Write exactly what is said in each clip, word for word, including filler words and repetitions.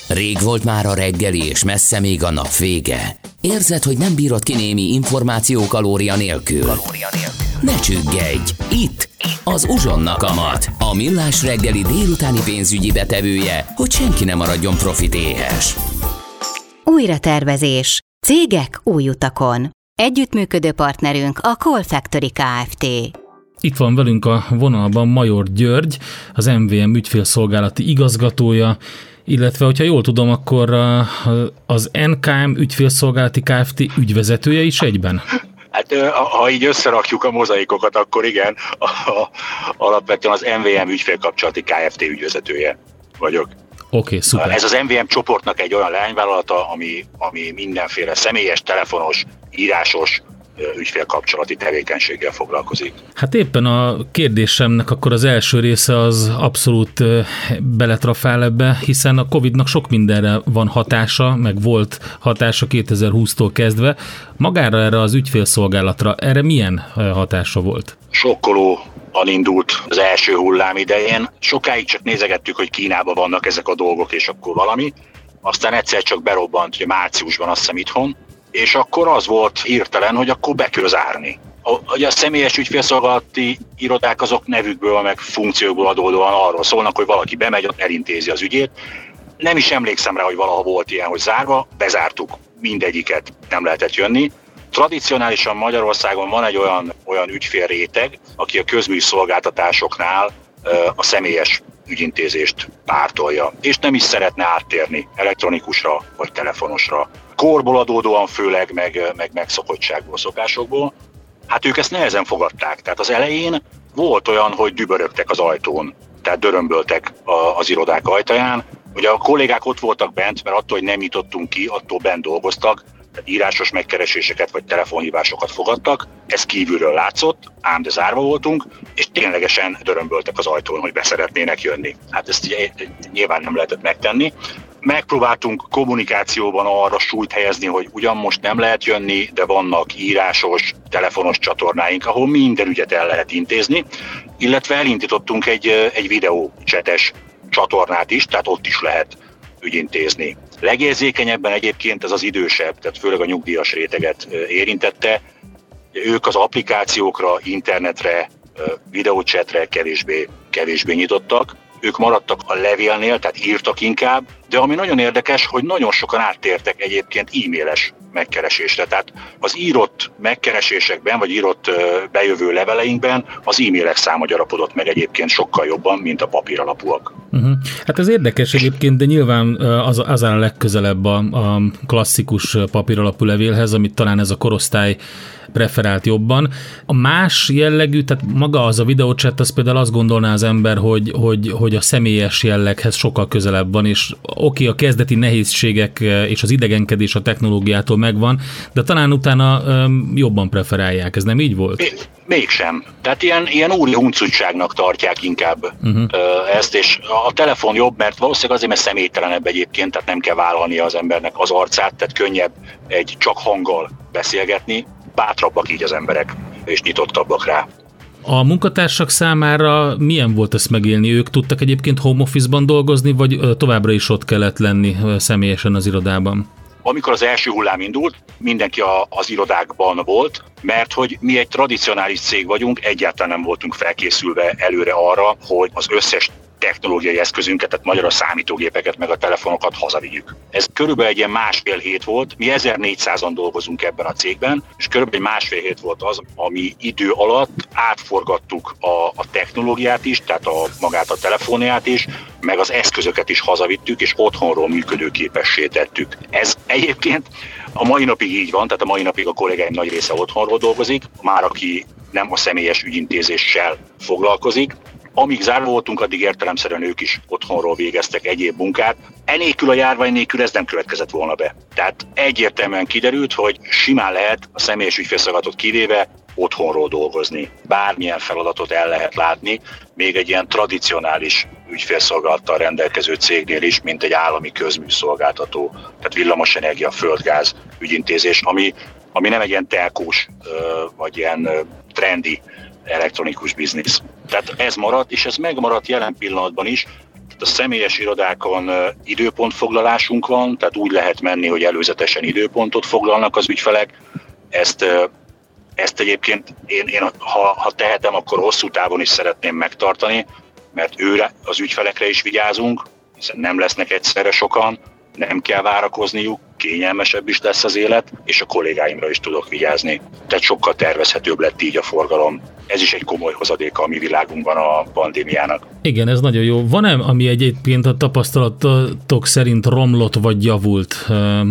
Rég volt már a reggeli, és messze még a nap vége. Érzed, hogy nem bírod ki némi információ kalória nélkül? Ne csüggedj! Itt! Az Uzsonna Kamat, a millás reggeli délutáni pénzügyi betevője, hogy senki ne maradjon profitéhes. Újratervezés. Cégek új utakon. Együttműködő partnerünk a Call Factory Kft. Itt van velünk a vonalban Major György, az em vé em ügyfélszolgálati igazgatója, illetve, hogyha jól tudom, akkor az en ká em ügyfélszolgálati Kft. Ügyvezetője is egyben? Hát ha így összerakjuk a mozaikokat, akkor igen, a, a, alapvetően az em vé em ügyfélkapcsolati Kft. Ügyvezetője vagyok. Oké, okay, szuper. Ez az em vé em csoportnak egy olyan leányvállalata, ami, ami mindenféle személyes, telefonos, írásos, ügyfélkapcsolati tevékenységgel foglalkozik. Hát éppen a kérdésemnek akkor az első része az abszolút beletrafál ebbe, hiszen a Covidnak sok mindenre van hatása, meg volt hatása kétezer-húsztól kezdve. Magára erre az ügyfélszolgálatra, erre milyen hatása volt? Sokkolóan indult az első hullám idején. Sokáig csak nézegettük, hogy Kínában vannak ezek a dolgok, és akkor valami. Aztán egyszer csak berobbant, hogy márciusban azt hiszem itthon, és akkor az volt hirtelen, hogy akkor be kell zárni. A, a személyes ügyfélszolgálati irodák azok nevükből, meg funkciókból adódóan arról szólnak, hogy valaki bemegy, ott elintézi az ügyét. Nem is emlékszem rá, hogy valaha volt ilyen, hogy zárva, bezártuk mindegyiket, nem lehetett jönni. Tradicionálisan Magyarországon van egy olyan, olyan ügyfélréteg, aki a közmű szolgáltatásoknál a személyes ügyintézést pártolja, és nem is szeretne áttérni elektronikusra vagy telefonosra. Korból adódóan főleg, meg, meg megszokottságból, szokásokból. Hát ők ezt nehezen fogadták. Tehát az elején volt olyan, hogy dübörögtek az ajtón, tehát dörömböltek az irodák ajtaján. Ugye a kollégák ott voltak bent, mert attól, hogy nem nyitottunk ki, attól bent dolgoztak, tehát írásos megkereséseket vagy telefonhívásokat fogadtak. Ez kívülről látszott, ám de zárva voltunk, és ténylegesen dörömböltek az ajtón, hogy beszeretnének jönni. Hát ezt ugye nyilván nem lehetett megtenni. Megpróbáltunk kommunikációban arra súlyt helyezni, hogy ugyan most nem lehet jönni, de vannak írásos, telefonos csatornáink, ahol minden ügyet el lehet intézni, illetve elindítottunk egy, egy videócsetes csatornát is, tehát ott is lehet ügyintézni. Legérzékenyebben egyébként ez az idősebb, tehát főleg a nyugdíjas réteget érintette. Ők az applikációkra, internetre, videócsetre kevésbé, kevésbé nyitottak. Ők maradtak a levélnél, tehát írtak inkább, de ami nagyon érdekes, hogy nagyon sokan áttértek egyébként e-mailes megkeresésre. Tehát az írott megkeresésekben, vagy írott bejövő leveleinkben az e-mailek száma gyarapodott meg egyébként sokkal jobban, mint a papír alapúak. Uh-huh. Hát ez érdekes egyébként, de nyilván az, az áll a legközelebb a, a klasszikus papír alapú levélhez, amit talán ez a korosztály preferált jobban. A más jellegű, tehát maga az a videóchat, az például azt gondolná az ember, hogy, hogy, hogy a személyes jelleghez sokkal közelebb van, és oké, okay, a kezdeti nehézségek és az idegenkedés a technológiától megvan, de talán utána um, jobban preferálják. Ez nem így volt? Még, mégsem. Tehát ilyen, ilyen úri huncutságnak tartják inkább uh-huh. ezt, és a telefon jobb, mert valószínűleg azért, mert személytelenebb egyébként, tehát nem kell vállalnia az embernek az arcát, tehát könnyebb egy csak hanggal beszélgetni, bátrabbak így az emberek, és nyitottabbak rá. A munkatársak számára milyen volt ezt megélni? Ők tudtak egyébként home office-ban dolgozni, vagy továbbra is ott kellett lenni személyesen az irodában? Amikor az első hullám indult, mindenki a, az irodákban volt, mert hogy mi egy tradicionális cég vagyunk, egyáltalán nem voltunk felkészülve előre arra, hogy az összes technológiai eszközünket, tehát magyar a számítógépeket, meg a telefonokat hazavigyük. Ez körülbelül egy ilyen másfél hét volt, mi ezernégyszázan dolgozunk ebben a cégben, és körülbelül egy másfél hét volt az, ami idő alatt átforgattuk a, a technológiát is, tehát a, magát a telefonját is, meg az eszközöket is hazavittük, és otthonról működőképessé tettük. Ez egyébként a mai napig így van, tehát a mai napig a kollégáim nagy része otthonról dolgozik, már aki nem a személyes ügyintézéssel foglalkozik. Amíg zárva voltunk, addig értelemszerűen ők is otthonról végeztek egyéb munkát. Enélkül a járvány nélkül ez nem következett volna be. Tehát egyértelműen kiderült, hogy simán lehet a személyes ügyfélszolgálatot kivéve otthonról dolgozni. Bármilyen feladatot el lehet látni, még egy ilyen tradicionális ügyfélszolgálattal rendelkező cégnél is, mint egy állami közműszolgáltató, tehát villamosenergia, földgáz ügyintézés, ami, ami nem egy ilyen telkós vagy ilyen trendi elektronikus biznisz. Tehát ez maradt, és ez megmaradt jelen pillanatban is. A személyes irodákon időpontfoglalásunk van, tehát úgy lehet menni, hogy előzetesen időpontot foglalnak az ügyfelek. Ezt, ezt egyébként én, én ha, ha tehetem, akkor hosszú távon is szeretném megtartani, mert őre, az ügyfelekre is vigyázunk, hiszen nem lesznek egyszerre sokan, nem kell várakozniuk, kényelmesebb is lesz az élet, és a kollégáimra is tudok vigyázni. Tehát sokkal tervezhetőbb lett így a forgalom. Ez is egy komoly hozadéka a mi világunkban a pandémiának. Igen, ez nagyon jó. Van-e, ami egyébként a tapasztalatok szerint romlott vagy javult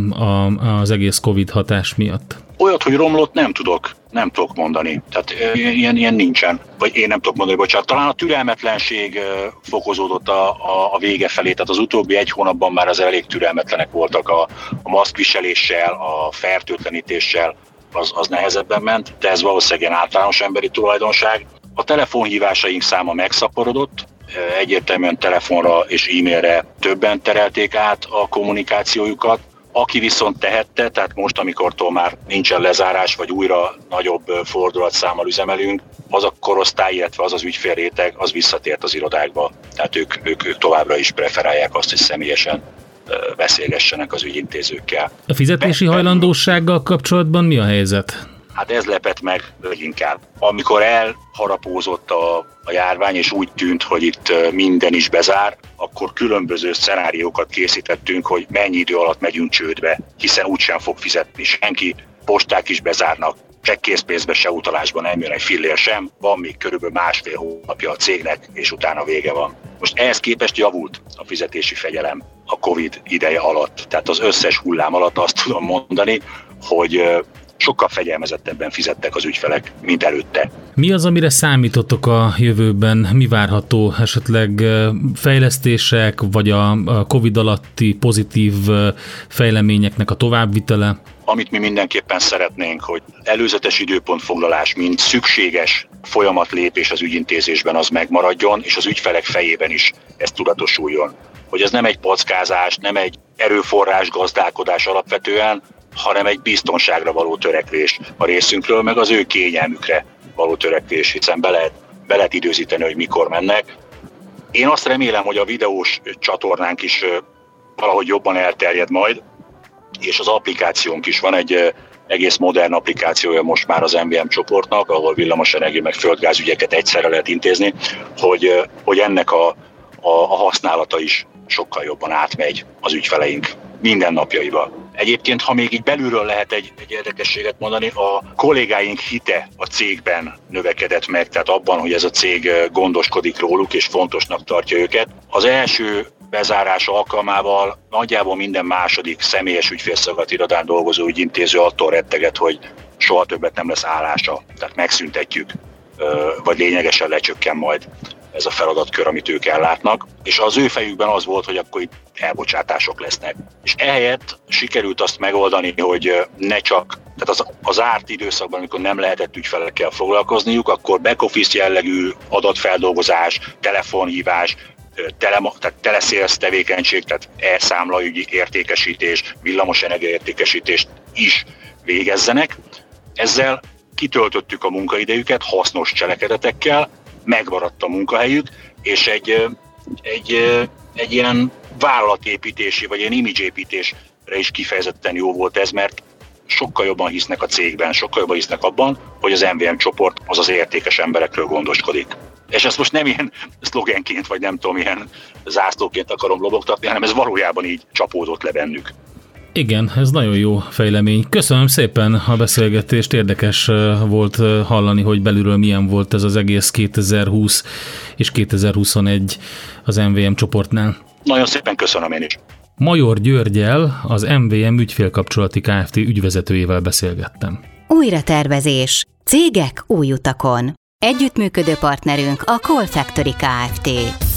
az egész Covid hatás miatt? Olyat, hogy romlott, nem tudok, nem tudok mondani. Tehát ilyen, ilyen nincsen. Vagy én nem tudok mondani, bocsánat. Talán a türelmetlenség fokozódott a, a, a vége felé. Tehát az utóbbi egy hónapban már az elég türelmetlenek voltak a, a maszkviseléssel, a fertőtlenítéssel, az, az nehezebben ment, de ez valószínűleg általános emberi tulajdonság. A telefonhívásaink száma megszaporodott, egyértelműen telefonra és e-mailre többen terelték át a kommunikációjukat. Aki viszont tehette, tehát most, amikortól már nincsen lezárás, vagy újra nagyobb fordulatszámmal üzemelünk, az a korosztály, illetve az az ügyfélréteg, az visszatért az irodákba. Tehát ők, ők, ők továbbra is preferálják azt, hogy személyesen beszélgessenek az ügyintézőkkel. A fizetési hajlandósággal kapcsolatban mi a helyzet? Hát ez lepett meg leginkább. Amikor elharapózott a, a járvány, és úgy tűnt, hogy itt minden is bezár, akkor különböző szenáriókat készítettünk, hogy mennyi idő alatt megyünk csődbe, hiszen úgysem fog fizetni senki, posták is bezárnak, csekkészpénzbe se utalásban nem jön egy fillér sem, van még körülbelül másfél hónapja a cégnek, és utána vége van. Most ehhez képest javult a fizetési fegyelem a Covid ideje alatt. Tehát az összes hullám alatt azt tudom mondani, hogy sokkal fegyelmezettebben fizettek az ügyfelek, mint előtte. Mi az, amire számítottok a jövőben? Mi várható? Esetleg fejlesztések, vagy a Covid alatti pozitív fejleményeknek a továbbvitele? Amit mi mindenképpen szeretnénk, hogy előzetes időpontfoglalás, mint szükséges folyamatlépés az ügyintézésben az megmaradjon, és az ügyfelek fejében is ez tudatosuljon. Hogy ez nem egy packázás, nem egy erőforrás gazdálkodás alapvetően, hanem egy biztonságra való törekvés a részünkről, meg az ő kényelmükre való törekvés, hiszen be lehet, be lehet időzíteni, hogy mikor mennek. Én azt remélem, hogy a videós csatornánk is valahogy jobban elterjed majd, és az applikációnk is van egy egész modern applikációja most már az em vé em csoportnak, ahol villamosenergia meg földgázügyeket egyszerre lehet intézni, hogy, hogy ennek a, a, a használata is sokkal jobban átmegy az ügyfeleink mindennapjaiba. Egyébként, ha még így belülről lehet egy, egy érdekességet mondani, a kollégáink hite a cégben növekedett meg, tehát abban, hogy ez a cég gondoskodik róluk és fontosnak tartja őket. Az első bezárás alkalmával nagyjából minden második személyes ügyfélszolgálat irodán dolgozó ügyintéző attól retteget, hogy soha többet nem lesz állása. Tehát megszüntetjük, vagy lényegesen lecsökken majd ez a feladatkör, amit ők ellátnak. És az ő fejükben az volt, hogy akkor itt elbocsátások lesznek. És ehelyett sikerült azt megoldani, hogy ne csak, tehát az, az árt időszakban, amikor nem lehetett ügyfelekkel foglalkozniuk, akkor back-office jellegű adatfeldolgozás, telefonhívás, tele, tehát teleszélsz tevékenység, tehát e-számlaügyi értékesítés, villamosenergia értékesítést is végezzenek. Ezzel kitöltöttük a munkaidejüket hasznos cselekedetekkel, megmaradt a munkahelyük, és egy, egy, egy ilyen vállalatépítési, vagy ilyen imidzsépítésre is kifejezetten jó volt ez, mert sokkal jobban hisznek a cégben, sokkal jobban hisznek abban, hogy az em vé em csoport az az értékes emberekről gondoskodik. És ezt most nem ilyen szlogenként, vagy nem tudom, ilyen zászlóként akarom lobogtatni, hanem ez valójában így csapódott le bennük. Igen, ez nagyon jó fejlemény. Köszönöm szépen a beszélgetést, érdekes volt hallani, hogy belülről milyen volt ez az egész kétezer-húsz és kétezer-huszonegy az em vé em csoportnál. Nagyon szépen köszönöm én is. Major Györggyel, az em vé em ügyfélkapcsolati Kft. Ügyvezetőjével beszélgettem. Újratervezés. Cégek új utakon. Együttműködő partnerünk a Call Factory Kft.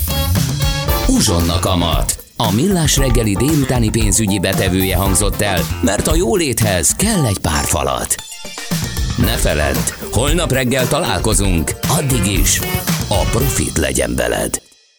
Uzsonna kamat. A Millás reggeli délutáni pénzügyi betevője hangzott el, mert a jóléthez kell egy pár falat. Ne feledd, holnap reggel találkozunk, addig is a profit legyen veled.